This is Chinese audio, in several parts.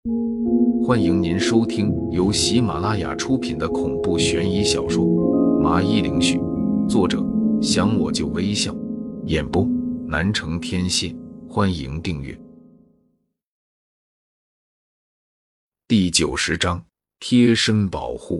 欢迎您收听由喜马拉雅出品的恐怖悬疑小说《麻衣灵絮》，作者想我就微笑，演播南城天蝎。欢迎订阅。第90章贴身保护。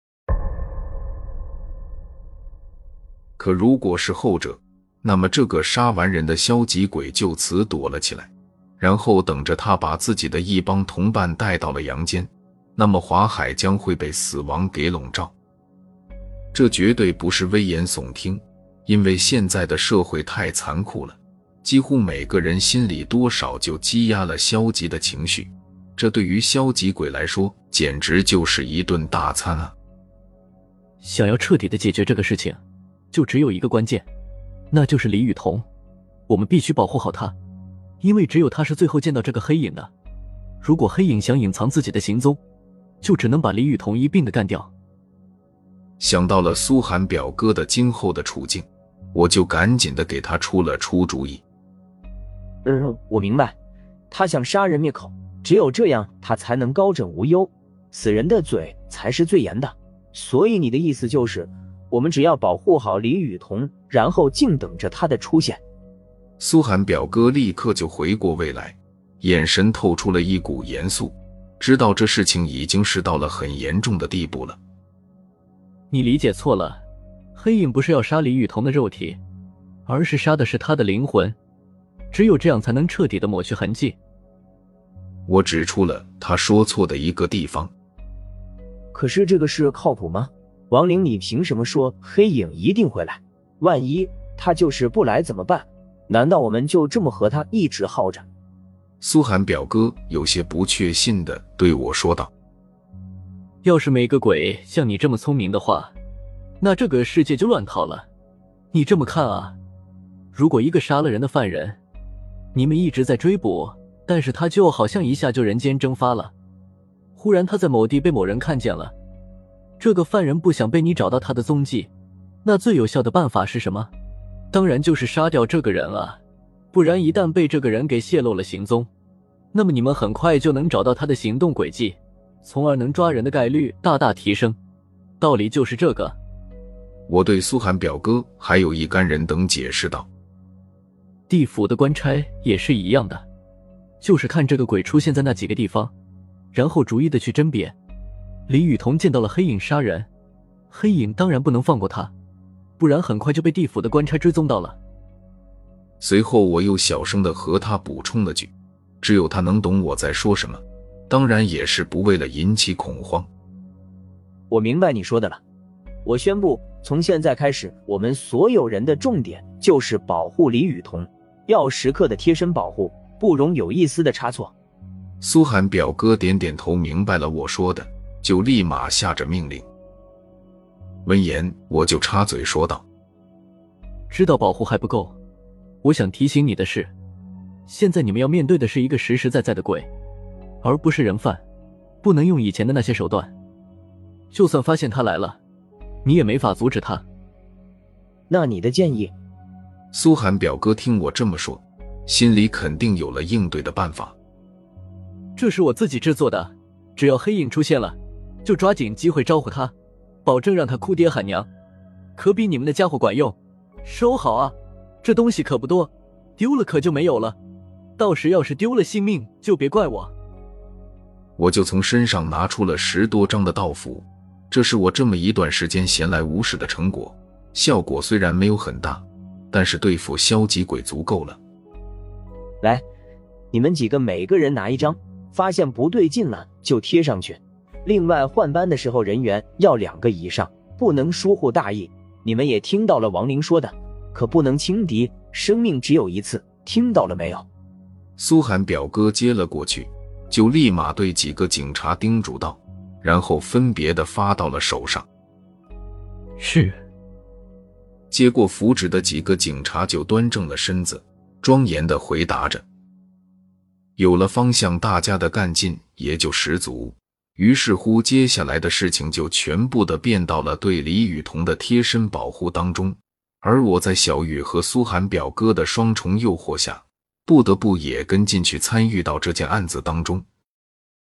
可如果是后者，那么这个杀完人的消极鬼就此躲了起来，然后等着他把自己的一帮同伴带到了阳间，那么华海将会被死亡给笼罩。这绝对不是危言耸听，因为现在的社会太残酷了，几乎每个人心里多少就积压了消极的情绪，这对于消极鬼来说简直就是一顿大餐啊！ 想要彻底的解决这个事情，就只有一个关键，那就是李雨桐。我们必须保护好他，因为只有他是最后见到这个黑影的。如果黑影想隐藏自己的行踪，就只能把李雨桐一并的干掉。 想到了苏寒表哥的今后的处境，我就赶紧的给他出主意。 我明白，他想杀人灭口，只有这样他才能高枕无忧，死人的嘴才是最严的。所以你的意思就是，我们只要保护好李雨桐，然后静等着他的出现。 苏寒表哥立刻就回过味来，眼神透出了一股严肃，知道这事情已经是到了很严重的地步了。 你理解错了，黑影不是要杀李雨桐的肉体，而是杀的是他的灵魂，只有这样才能彻底的抹去痕迹。 我指出了他说错的一个地方。 可是这个事靠谱吗？王玲，你凭什么说黑影一定会来？万一他就是不来怎么办？难道我们就这么和他一直耗着？ 苏寒表哥有些不确信地对我说道。 要是每个鬼像你这么聪明的话，那这个世界就乱套了。你这么看啊，如果一个杀了人的犯人，你们一直在追捕，但是他就好像一下就人间蒸发了，忽然他在某地被某人看见了，这个犯人不想被你找到他的踪迹，那最有效的办法是什么？当然就是杀掉这个人啊，不然一旦被这个人给泄露了行踪，那么你们很快就能找到他的行动轨迹，从而能抓人的概率大大提升。道理就是这个。 我对苏寒表哥还有一干人等解释道。 地府的官差也是一样的，就是看这个鬼出现在那几个地方，然后逐一的去甄别。李雨桐见到了黑影杀人，黑影当然不能放过他，不然很快就被地府的官差追踪到了。 随后我又小声地和他补充了句，只有他能懂我在说什么，当然也是不为了引起恐慌。 我明白你说的了，我宣布从现在开始，我们所有人的重点就是保护李雨桐，要时刻的贴身保护，不容有一丝的差错。 苏寒表哥点点头，明白了我说的，就立马下着命令。闻言我就插嘴说道， 知道保护还不够，我想提醒你的是，现在你们要面对的是一个实实在在的鬼，而不是人犯，不能用以前的那些手段，就算发现他来了，你也没法阻止他。 那你的建议？ 苏寒表哥听我这么说，心里肯定有了应对的办法。 这是我自己制作的，只要黑影出现了，就抓紧机会招呼他，保证让他哭爹喊娘，可比你们的家伙管用。收好啊，这东西可不多，丢了可就没有了，到时要是丢了性命就别怪我。 我就从身上拿出了10多张的道符，这是我这么一段时间闲来无事的成果，效果虽然没有很大，但是对付消极鬼足够了。 来，你们几个每个人拿一张，发现不对劲了就贴上去。另外换班的时候人员要2个以上，不能疏忽大意。你们也听到了王玲说的，可不能轻敌，生命只有一次，听到了没有？ 苏寒表哥接了过去，就立马对几个警察叮嘱道，然后分别的发到了手上。 是。 接过符纸的几个警察就端正了身子，庄严的回答着。有了方向，大家的干劲也就十足，于是乎接下来的事情就全部的变到了对李雨桐的贴身保护当中，而我在小雨和苏寒表哥的双重诱惑下，不得不也跟进去参与到这件案子当中。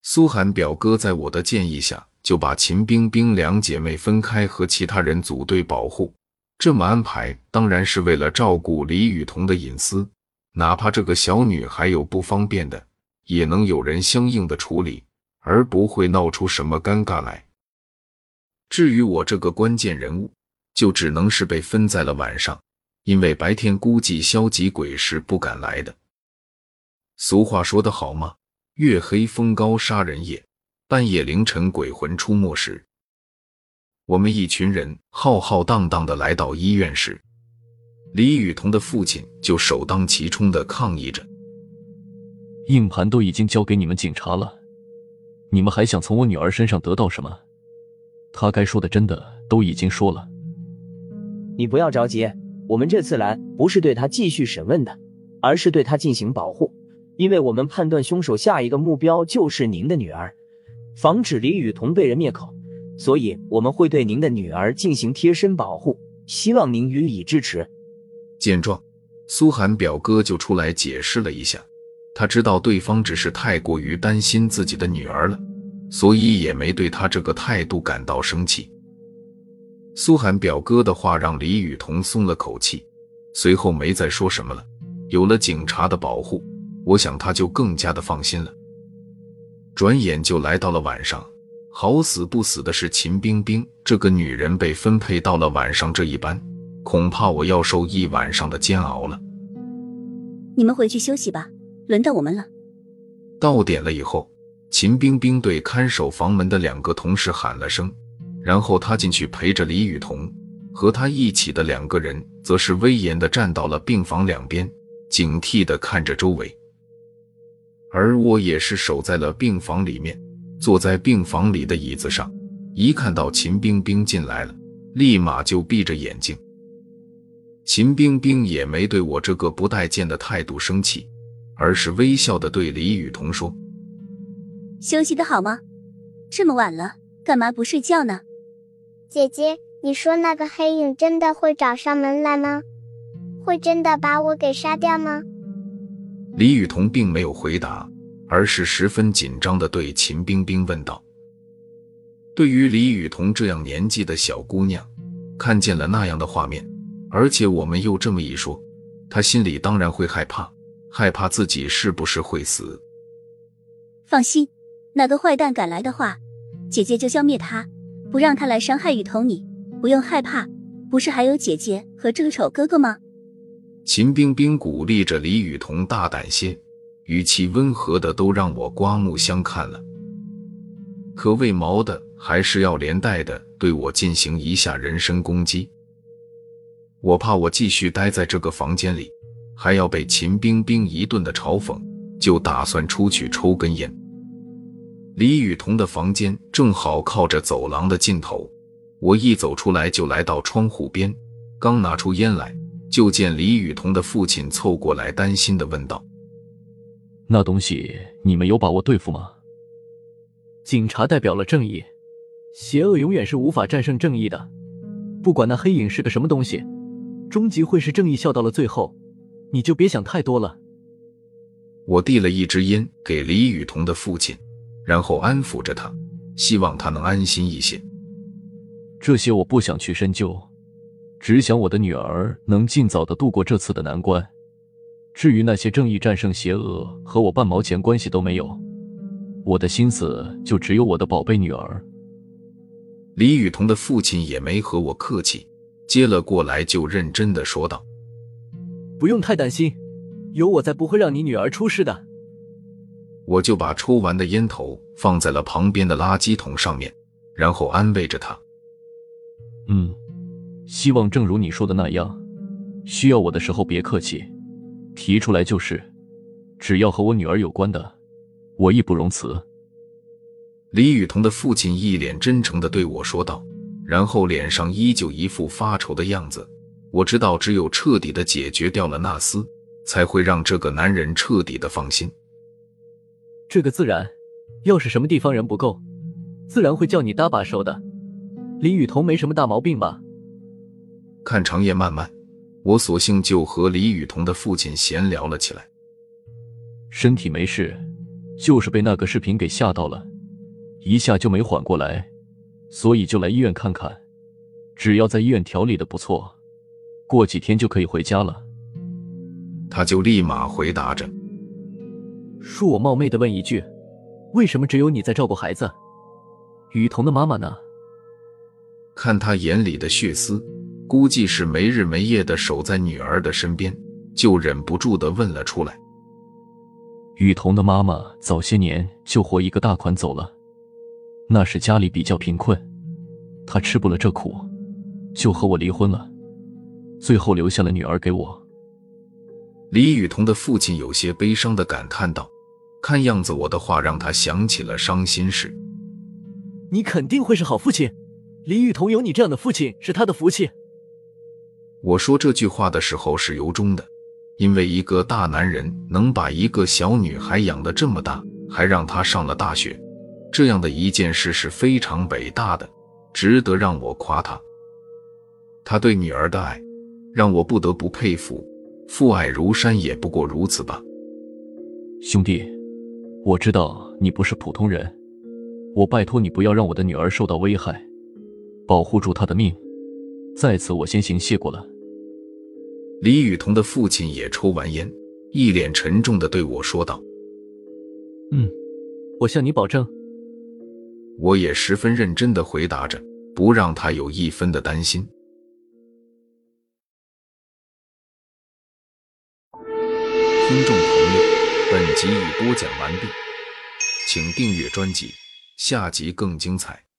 苏寒表哥在我的建议下，就把秦冰冰两姐妹分开和其他人组队保护。这么安排当然是为了照顾李雨桐的隐私，哪怕这个小女孩有不方便的，也能有人相应的处理，而不会闹出什么尴尬来。至于我这个关键人物，就只能是被分在了晚上，因为白天估计消极鬼是不敢来的。俗话说得好嘛，月黑风高杀人夜，半夜凌晨鬼魂出没时。我们一群人浩浩荡荡地来到医院时，李雨桐的父亲就首当其冲地抗议着： 硬盘都已经交给你们警察了，你们还想从我女儿身上得到什么？她该说的真的都已经说了。 你不要着急，我们这次来不是对她继续审问的，而是对她进行保护，因为我们判断凶手下一个目标就是您的女儿，防止李雨桐被人灭口，所以我们会对您的女儿进行贴身保护，希望您予以支持。 见状，苏寒表哥就出来解释了一下，他知道对方只是太过于担心自己的女儿了，所以也没对他这个态度感到生气。苏寒表哥的话让李雨桐松了口气，随后没再说什么了。有了警察的保护，我想他就更加的放心了。转眼就来到了晚上，好死不死的是秦冰冰这个女人被分配到了晚上这一班，恐怕我要受一晚上的煎熬了。 你们回去休息吧，轮到我们了。 到点了以后，秦冰冰对看守房门的2个同事喊了声，然后她进去陪着李雨桐，和她一起的2个人则是威严地站到了病房两边，警惕地看着周围。而我也是守在了病房里面，坐在病房里的椅子上，一看到秦冰冰进来了，立马就闭着眼睛。秦冰冰也没对我这个不待见的态度生气，而是微笑地对李雨桐说： 休息得好吗？这么晚了，干嘛不睡觉呢？ 姐姐，你说那个黑影真的会找上门来吗？会真的把我给杀掉吗？ 李雨桐并没有回答，而是十分紧张地对秦冰冰问道。对于李雨桐这样年纪的小姑娘，看见了那样的画面，而且我们又这么一说，她心里当然会害怕，害怕自己是不是会死。 放心，那个坏蛋赶来的话，姐姐就消灭他，不让他来伤害雨桐你，不用害怕，不是还有姐姐和这个丑哥哥吗？ 秦冰冰鼓励着李雨桐大胆些，语气温和的都让我刮目相看了。可为毛的还是要连带的对我进行一下人身攻击。我怕我继续待在这个房间里，还要被秦冰冰一顿的嘲讽，就打算出去抽根烟。李雨桐的房间正好靠着走廊的尽头，我一走出来就来到窗户边，刚拿出烟来，就见李雨桐的父亲凑过来，担心地问道： 那东西你们有把握对付吗？警察代表了正义，邪恶永远是无法战胜正义的，不管那黑影是个什么东西，终极会是正义笑到了最后，你就别想太多了。 我递了一支烟给李雨桐的父亲，然后安抚着他，希望他能安心一些。 这些我不想去深究，只想我的女儿能尽早地度过这次的难关。至于那些正义战胜邪恶和我半毛钱关系都没有，我的心思就只有我的宝贝女儿。 李雨桐的父亲也没和我客气，接了过来就认真地说道： 不用太担心，有我在不会让你女儿出事的。 我就把抽完的烟头放在了旁边的垃圾桶上面，然后安慰着他： 希望正如你说的那样，需要我的时候别客气，提出来就是，只要和我女儿有关的，我义不容辞。 李雨桐的父亲一脸真诚地对我说道，然后脸上依旧一副发愁的样子。我知道只有彻底地解决掉了那厮，才会让这个男人彻底的放心。 这个自然，要是什么地方人不够，自然会叫你搭把手的。李雨桐没什么大毛病吧？ 看长夜漫漫，我索性就和李雨桐的父亲闲聊了起来。 身体没事， 就是被那个视频给吓到了，一下就没缓过来，所以就来医院看看。只要在医院调理的不错，过几天就可以回家了。 他就立马回答着。 恕我冒昧的问一句，为什么只有你在照顾孩子？雨桐的妈妈呢？ 看他眼里的血丝，估计是没日没夜的守在女儿的身边，就忍不住地问了出来。 雨桐的妈妈早些年就活一个大款走了，那时家里比较贫困，她吃不了这苦，就和我离婚了，最后留下了女儿给我。 李雨桐的父亲有些悲伤地感叹道，看样子我的话让他想起了伤心事。 你肯定会是好父亲，李雨桐有你这样的父亲是他的福气。 我说这句话的时候是由衷的，因为一个大男人能把一个小女孩养得这么大，还让她上了大学，这样的一件事是非常伟大的，值得让我夸他。他对女儿的爱，让我不得不佩服，父爱如山也不过如此吧。 兄弟，我知道你不是普通人，我拜托你不要让我的女儿受到危害，保护住她的命，在此我先行谢过了。 李雨桐的父亲也抽完烟，一脸沉重地对我说道。 我向你保证。 我也十分认真地回答着，不让他有一分的担心。听众朋友，本集已播讲完毕，请订阅专辑，下集更精彩。